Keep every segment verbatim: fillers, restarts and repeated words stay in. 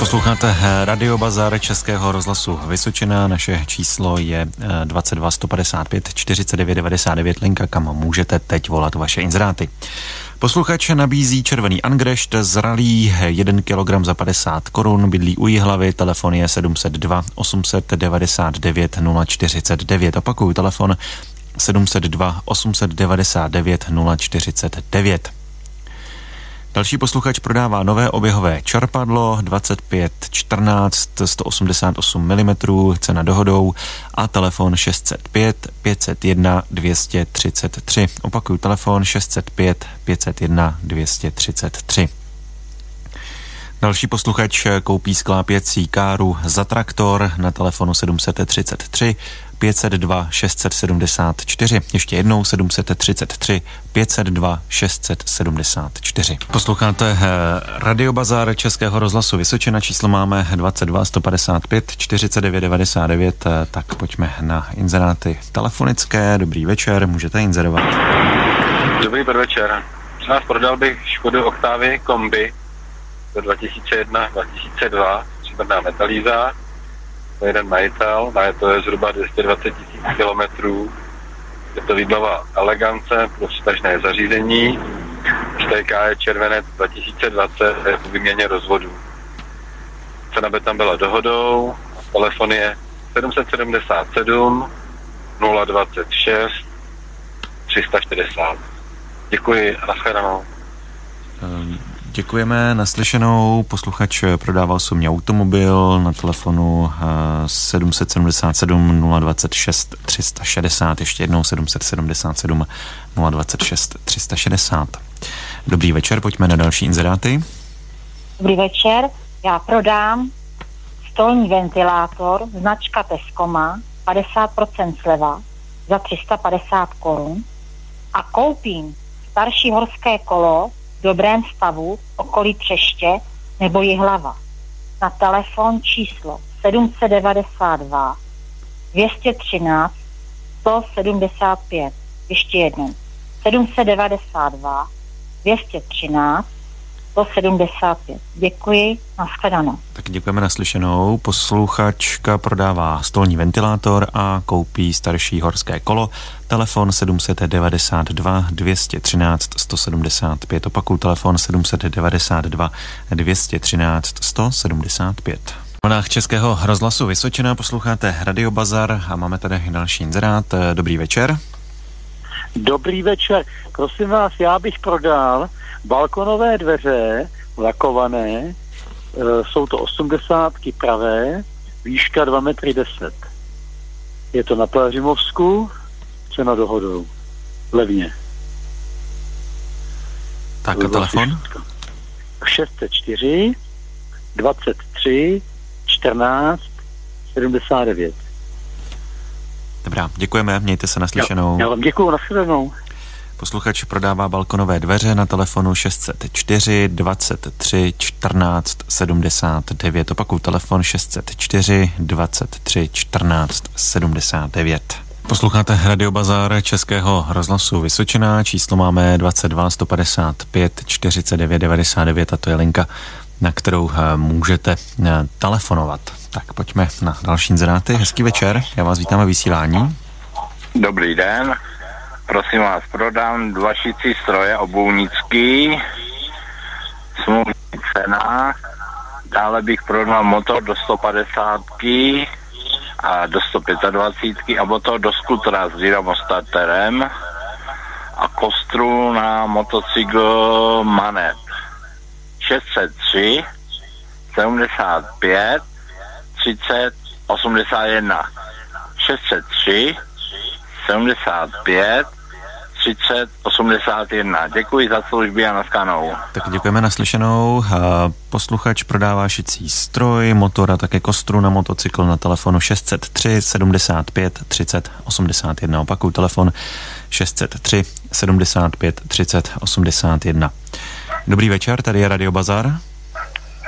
Posloucháte Radio Bazar Českého rozhlasu Vysočina. Naše číslo je dvacet dva sto padesát pět čtyřicet devět devadesát devět, linka, kam můžete teď volat vaše inzeráty. Posluchač nabízí červený angrešt, zralý, jeden kilogram za padesát korun, bydlí u Jihlavy, telefon je sedm set dva osm devadesát devět nula čtyřicet devět. Opakuju, telefon sedm set dva osm devadesát devět nula čtyřicet devět. Další posluchač prodává nové oběhové čerpadlo dvacet pět čtrnáct sto osmdesát osm milimetrů, cena dohodou, a telefon šest set pět pět set jedna dvě stě třicet tři. Opakuju, telefon šest set pět pět set jedna dvě stě třicet tři. Další posluchač koupí sklápěcí káru za traktor na telefonu sedm set třicet tři pět set dva šest set sedmdesát čtyři. Ještě jednou sedm set třicet tři pět set dva šest set sedmdesát čtyři. Posloucháte Radio Bazar Českého rozhlasu Vysočina, číslo máme dvacet dva sto padesát pět čtyřicet devět devadesát devět, tak pojďme na inzeráty telefonické. Dobrý večer, můžete inzerovat. Dobrý podvečer. Nás prodal bych Škodu Octavii kombi do dva tisíce jedna dva tisíce dva, stříbrná metalíza. To je jeden majitel, má to je zhruba dvě stě dvacet tisíc kilometrů. Je to výbava Elegance pro přitažné zařízení. Š T K je červenec dva tisíce dvacet, je po výměně rozvodů. Cena by tam byla dohodou, telefon je sedm set sedmdesát sedm nula dvacet šest tři sta šedesát. Děkuji a nashledanou. Um. Děkujeme, naslyšenou. Posluchač prodával osobní automobil na telefonu sedm set sedmdesát sedm nula dvacet šest tři sta šedesát. Ještě jednou sedm set sedmdesát sedm nula dvacet šest tři sta šedesát. Dobrý večer, pojďme na další inzeráty. Dobrý večer, já prodám stolní ventilátor značka Tescoma, padesát procent sleva za tři sta padesát korun a koupím starší horské kolo v dobrém stavu okolí Třeště nebo Jihlava na telefon číslo sedm set devadesát dva dvě stě třináct sto sedmdesát pět. Ještě jednou sedm set devadesát dva dvě stě třináct sto sedmdesát pět. Děkuji, nashledanou. Tak děkujeme, naslyšenou. Posluchačka prodává stolní ventilátor a koupí starší horské kolo. Telefon sedm set devadesát dva dvě stě třináct sto sedmdesát pět. Opakuju, telefon sedm set devadesát dva dvě stě třináct sto sedmdesát pět. V vlnách Českého rozhlasu Vysočina posloucháte Radio Bazar a máme tady další inzerát. Dobrý večer. Dobrý večer. Prosím vás, já bych prodal balkonové dveře lakované, e, jsou to osmdesátky pravé, výška dva metry deset. Je to na Pelhřimovsku, cena dohodou. Levně. Tak a telefon? šest set čtyři dvacet tři čtrnáct sedmdesát devět. Dobrá, děkujeme, mějte se naslyšenou. Já vám děkuju, nashledanou. Posluchač prodává balkonové dveře na telefonu šest set čtyři dvacet tři čtrnáct sedmdesát devět. Opakuju, telefon šest set čtyři dvacet tři čtrnáct sedmdesát devět. Posloucháte Radio Bazar Českého rozhlasu Vysočina, číslo máme dvacet dva sto padesát pět čtyřicet devět devadesát devět a to je linka, na kterou můžete telefonovat. Tak pojďme na další inzeráty. Hezký večer, já vás vítám ve vysílání. Dobrý den. Prosím vás, prodám dva šicí stroje obounický, smluvní cena, dále bych prodal motor do sto padesát a do sto dvacet pět a motor do skutra s dynamostarterem a kostru na motocykl Manet. šest set tři sedmdesát pět třicet osmdesát jedna. šest set tři sedmdesát pět třicet osmdesát jedna. Děkuji za služby a naskanou. Tak děkujeme, naslyšenou. Posluchač prodává šicí stroj, motor a také kostru na motocykl na telefonu šest set tři sedmdesát pět třicet osmdesát jedna. Opakuju, telefon šest set tři sedmdesát pět třicet osmdesát jedna. Dobrý večer, tady je Radio Bazar.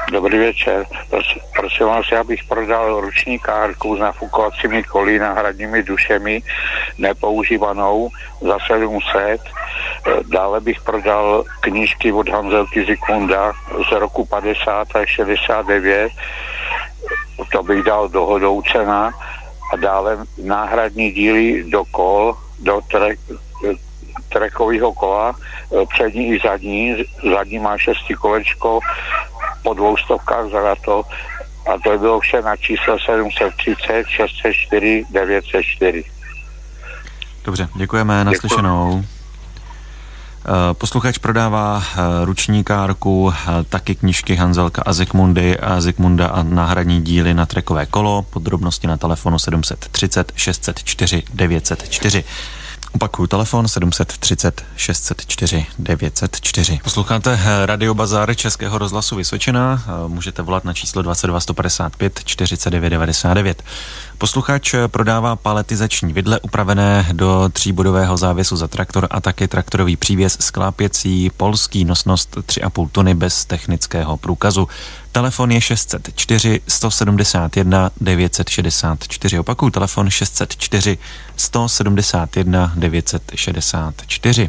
Dobrý večer. Prosím, prosím vás, já bych prodal ruční kárku s nafukovacími koly náhradními dušemi nepoužívanou za sedm set. Dále bych prodal knížky od Hanzelky Zikmunda z roku padesát až šedesát devět. To bych dal dohodou cena. A dále náhradní díly do kol, do trek, trekového kola, přední i zadní. Zadní má šestý kolečko, po dvou stovkách za to. A to bylo vše na číslo sedm set třicet šest set čtyři devět set čtyři. Dobře, děkujeme, naslyšenou. Posluchač prodává ruční kárku, taky knížky Hanzelka a Zikmundy a Zikmunda a náhradní díly na trekové kolo. Podrobnosti na telefonu sedm set třicet šest set čtyři devět set čtyři. Opakuju telefon sedm set třicet šest set čtyři devět set čtyři. Posloucháte Radio Bazar Českého rozhlasu Vysočina. Můžete volat na číslo dvacet dva sto padesát pět čtyřicet devět devadesát devět. Posluchač prodává paletizační vidle upravené do tříbodového závěsu za traktor a taky traktorový přívěs sklápěcí polský, nosnost tři a půl tuny bez technického průkazu. Telefon je šest set čtyři sto sedmdesát jedna devět set šedesát čtyři. Opakuju telefon šest set čtyři sto sedmdesát jedna devět set šedesát čtyři.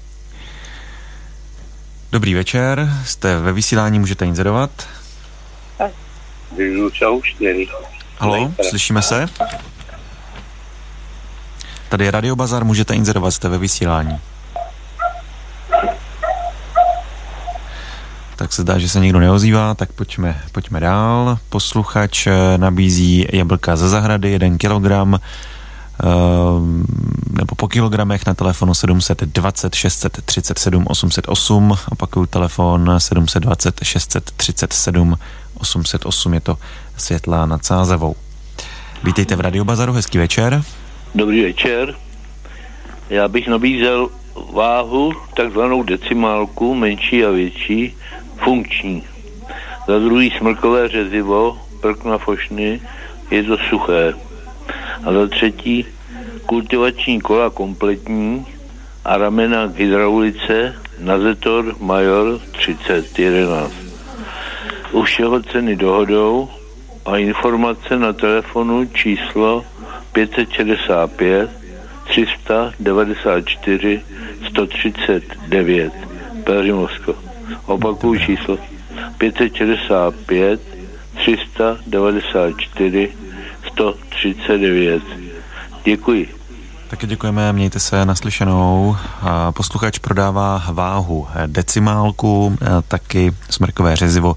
Dobrý večer, jste ve vysílání, můžete inzerovat. Haló, slyšíme se? Tady je Radio Bazar, můžete inzerovat, jste ve vysílání. Tak se zdá, že se někdo neozývá, tak pojďme, pojďme dál. Posluchač nabízí jablka ze zahrady, jeden kilogram, nebo po kilogramech na telefonu sedm set dvacet šest set třicet sedm osm set osm. Opakuju telefon sedm set dvacet šest set třicet sedm osm set osm, je to Světlá nad Sázavou. Vítejte v Radio Bazaru, hezký večer. Dobrý večer. Já bych nabízel váhu, takzvanou decimálku, menší a větší, funkční. Za druhý smrkové řezivo, prkna fošny, je to suché. A za třetí kultivační kola kompletní a ramena k hydraulice Nazetor Major třicet jedenáct. U všeho ceny dohodou a informace na telefonu číslo pět set šedesát pět tři sta devadesát čtyři sto třicet devět Pelřimovsko. Opakuju číslo pět set šedesát pět tři sta devadesát čtyři sto třicet devět. Děkuji. Taky děkujeme, mějte se, naslyšenou. Posluchač prodává váhu decimálku, taky smrkové řezivo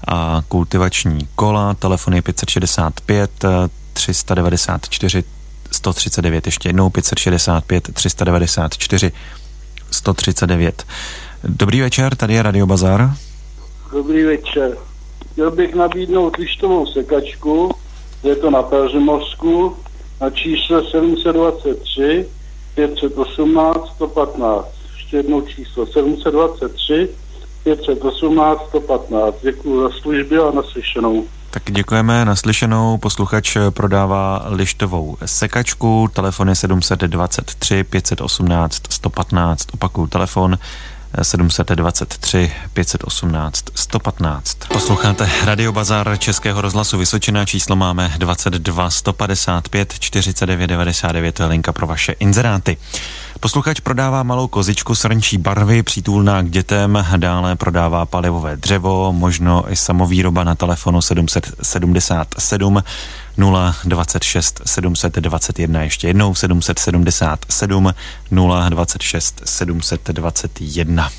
a kultivační kola. Telefon je pět set šedesát pět tři sta devadesát čtyři sto třicet devět. Ještě jednou pět set šedesát pět tři sta devadesát čtyři sto třicet devět. Dobrý večer, tady je Radio Bazar. Dobrý večer. Chtěl bych nabídnout lištovou sekačku, je to na Pelřimovsku, na čísle sedm set dvacet tři pět set osmnáct sto patnáct. Ještě jednou číslo sedm set dvacet tři pět set osmnáct sto patnáct. Děkuji za služby a naslyšenou. Tak děkujeme, naslyšenou. Posluchač prodává lištovou sekačku, telefon je sedm set dvacet tři pět set osmnáct sto patnáct. Opakuju telefon sedm set dvacet tři pět set osmnáct sto patnáct. Posloucháte Radio Bazar Českého rozhlasu Vysočina, číslo máme dvacet dva sto padesát pět čtyřicet devět devadesát devět, to je linka pro vaše inzeráty. Posluchač prodává malou kozičku srnčí barvy, přítulná k dětem, dále prodává palivové dřevo, možno i samovýroba na telefonu sedm set sedmdesát sedm nula dvacet šest sedm set dvacet jedna, ještě jednou sedm set sedmdesát sedm nula dvacet šest sedm set dvacet jedna.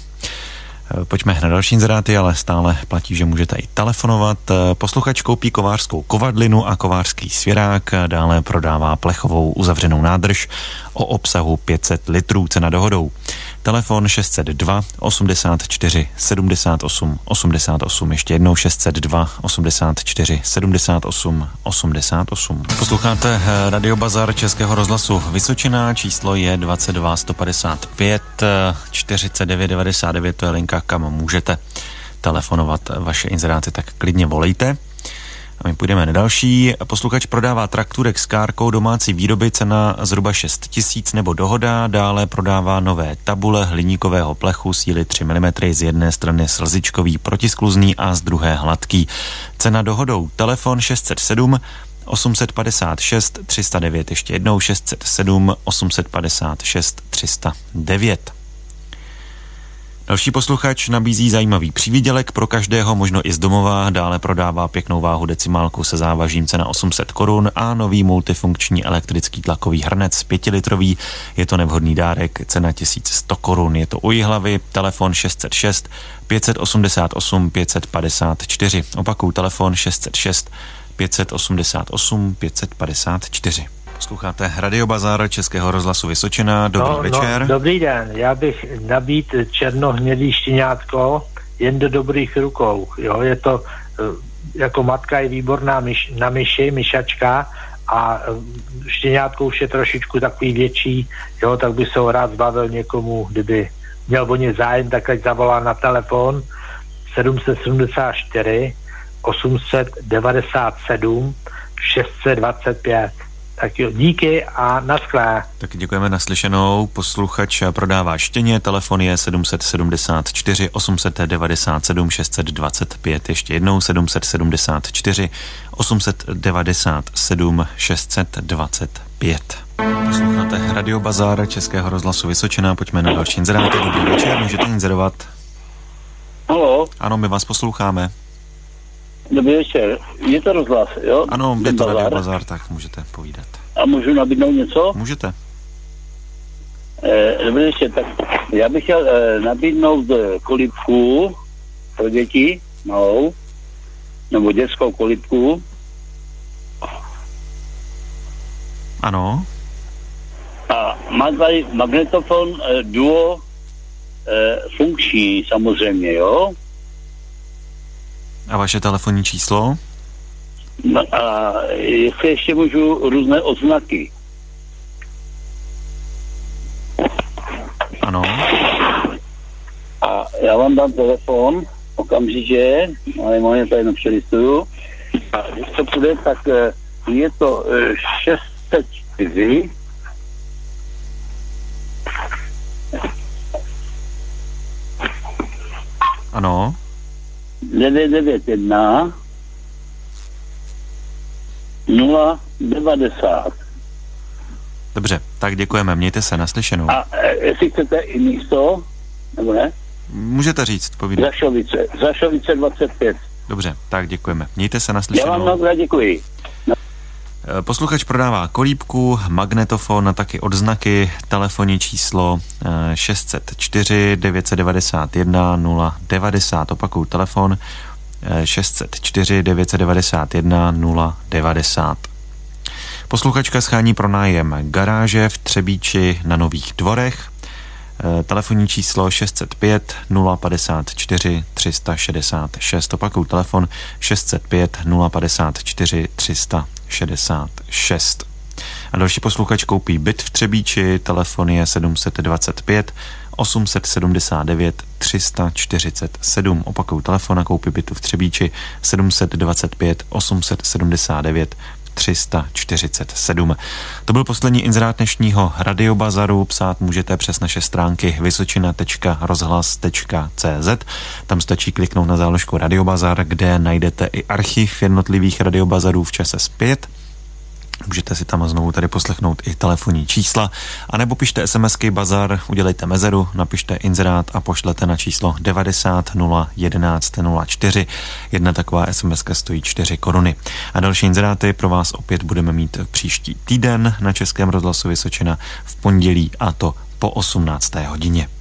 Pojďme na další inzeráty, ale stále platí, že můžete i telefonovat. Posluchač koupí kovářskou kovadlinu a kovářský svěrák, dále prodává plechovou uzavřenou nádrž o obsahu pět set litrů, cena dohodou. Telefon šest set dva osmdesát čtyři sedmdesát osm osmdesát osm, ještě jednou šest set dva osmdesát čtyři sedmdesát osm osmdesát osm. Posloucháte Radio Bazar Českého rozhlasu Vysočina, číslo je dvacet dva sto padesát pět čtyřicet devět devadesát devět, to je linka, kam můžete telefonovat vaše inzeráty, tak klidně volejte. A my půjdeme na další. Posluchač prodává traktůrek s kárkou domácí výroby, cena zhruba šest tisíc nebo dohoda. Dále prodává nové tabule hliníkového plechu síly tři milimetry, z jedné strany slzičkový protiskluzný a z druhé hladký. Cena dohodou. Telefon šest set sedm osm set padesát šest tři sta devět, ještě jednou šest set sedm osm set padesát šest tři sta devět. Další posluchač nabízí zajímavý přívidělek pro každého, možno i z domova, dále prodává pěknou váhu decimálku se závažím, cena osm set korun a nový multifunkční elektrický tlakový hrnec pětilitrový. Je to nevhodný dárek, cena tisíc sto korun. Je to u Jihlavy, telefon šest set šest pět set osmdesát osm pět set padesát čtyři. Opakuju, telefon šest set šest pět set osmdesát osm pět set padesát čtyři. Posloucháte Radio Bazar Českého rozhlasu Vysočina. Dobrý no, večer. No, dobrý den. Já bych nabít černohnědý štěňátko jen do dobrých rukou. Jo, je to, jako matka je výborná myš, na myši, myšačka a štěňátko už je trošičku takový větší, jo, tak by se ho rád zbavil někomu, kdyby měl o ně zájem, tak ať zavolá na telefon sedm set sedmdesát čtyři osm set devadesát sedm šest set dvacet pět. Tak jo, díky a nasklé. Tak děkujeme naslyšenou. Posluchač prodává štěně, telefon je sedm set sedmdesát čtyři osm set devadesát sedm šest set dvacet pět, ještě jednou sedm set sedmdesát čtyři osm set devadesát sedm šest set dvacet pět. Posloucháte Radio Bazar Českého rozhlasu Vysočina, pojďme na další inzeráty. Dobrý večer, můžete inzerovat. Halo. Ano, my vás posloucháme. Dobrý večer. Je to rozhlas, jo? Ano, je to Radio Bazar, tak můžete povídat. A můžu nabídnout něco? Můžete. Eh, dobrý večer, tak já bych chtěl eh, nabídnout kolibku pro děti, no, nebo dětskou kolibku. Ano. A má tady magnetofon eh, duo eh, funkční samozřejmě, jo? A vaše telefonní číslo? No a jestli ještě můžu různé odznaky. Ano. A já vám dám telefon okamžitě, ale moje to jenom přelistuju. A když to půjde, tak je to šest set čtyři Ano. devět devět jedna nula devadesát. Dobře, tak děkujeme, mějte se, naslyšenou. A e, jestli chcete i místo, nebo ne? Můžete říct, povídej. Zašovice, Zašovice dvacet pět. Dobře, tak děkujeme, mějte se, naslyšenou. Já vám mnohokrát děkuji. No. Posluchač prodává kolíbku, magnetofon a taky odznaky, telefonní číslo šest set čtyři devět set devadesát jedna nula devadesát. Opakuju, telefon šest set čtyři devět set devadesát jedna nula devadesát. Posluchačka schání pronájem garáže v Třebíči na Nových Dvorech. Telefonní číslo šest set pět nula padesát čtyři tři sta šedesát šest. Opakuju, telefon šest set pět nula padesát čtyři tři sta šedesát šest. A další posluchač koupí byt v Třebíči, telefon je sedm set dvacet pět osm set sedmdesát devět tři sta čtyřicet sedm. Opakuju, telefon a koupí bytu v Třebíči sedm set dvacet pět osm set sedmdesát devět tři sta čtyřicet sedm. To byl poslední inzerát dnešního radiobazaru. Psát můžete přes naše stránky vysočina tečka rozhlas tečka cé zet. Tam stačí kliknout na záložku Radiobazar, kde najdete i archiv jednotlivých radiobazarů v čase zpět. Můžete si tam znovu tady poslechnout i telefonní čísla, anebo pište SMSky Bazar, udělejte mezeru, napište inzerát a pošlete na číslo devadesát nula jedenáct nula čtyři. Jedna taková SMSka stojí čtyři koruny. A další inzeráty pro vás opět budeme mít příští týden na Českém rozhlasu Vysočina v pondělí, a to po osmnácté hodině.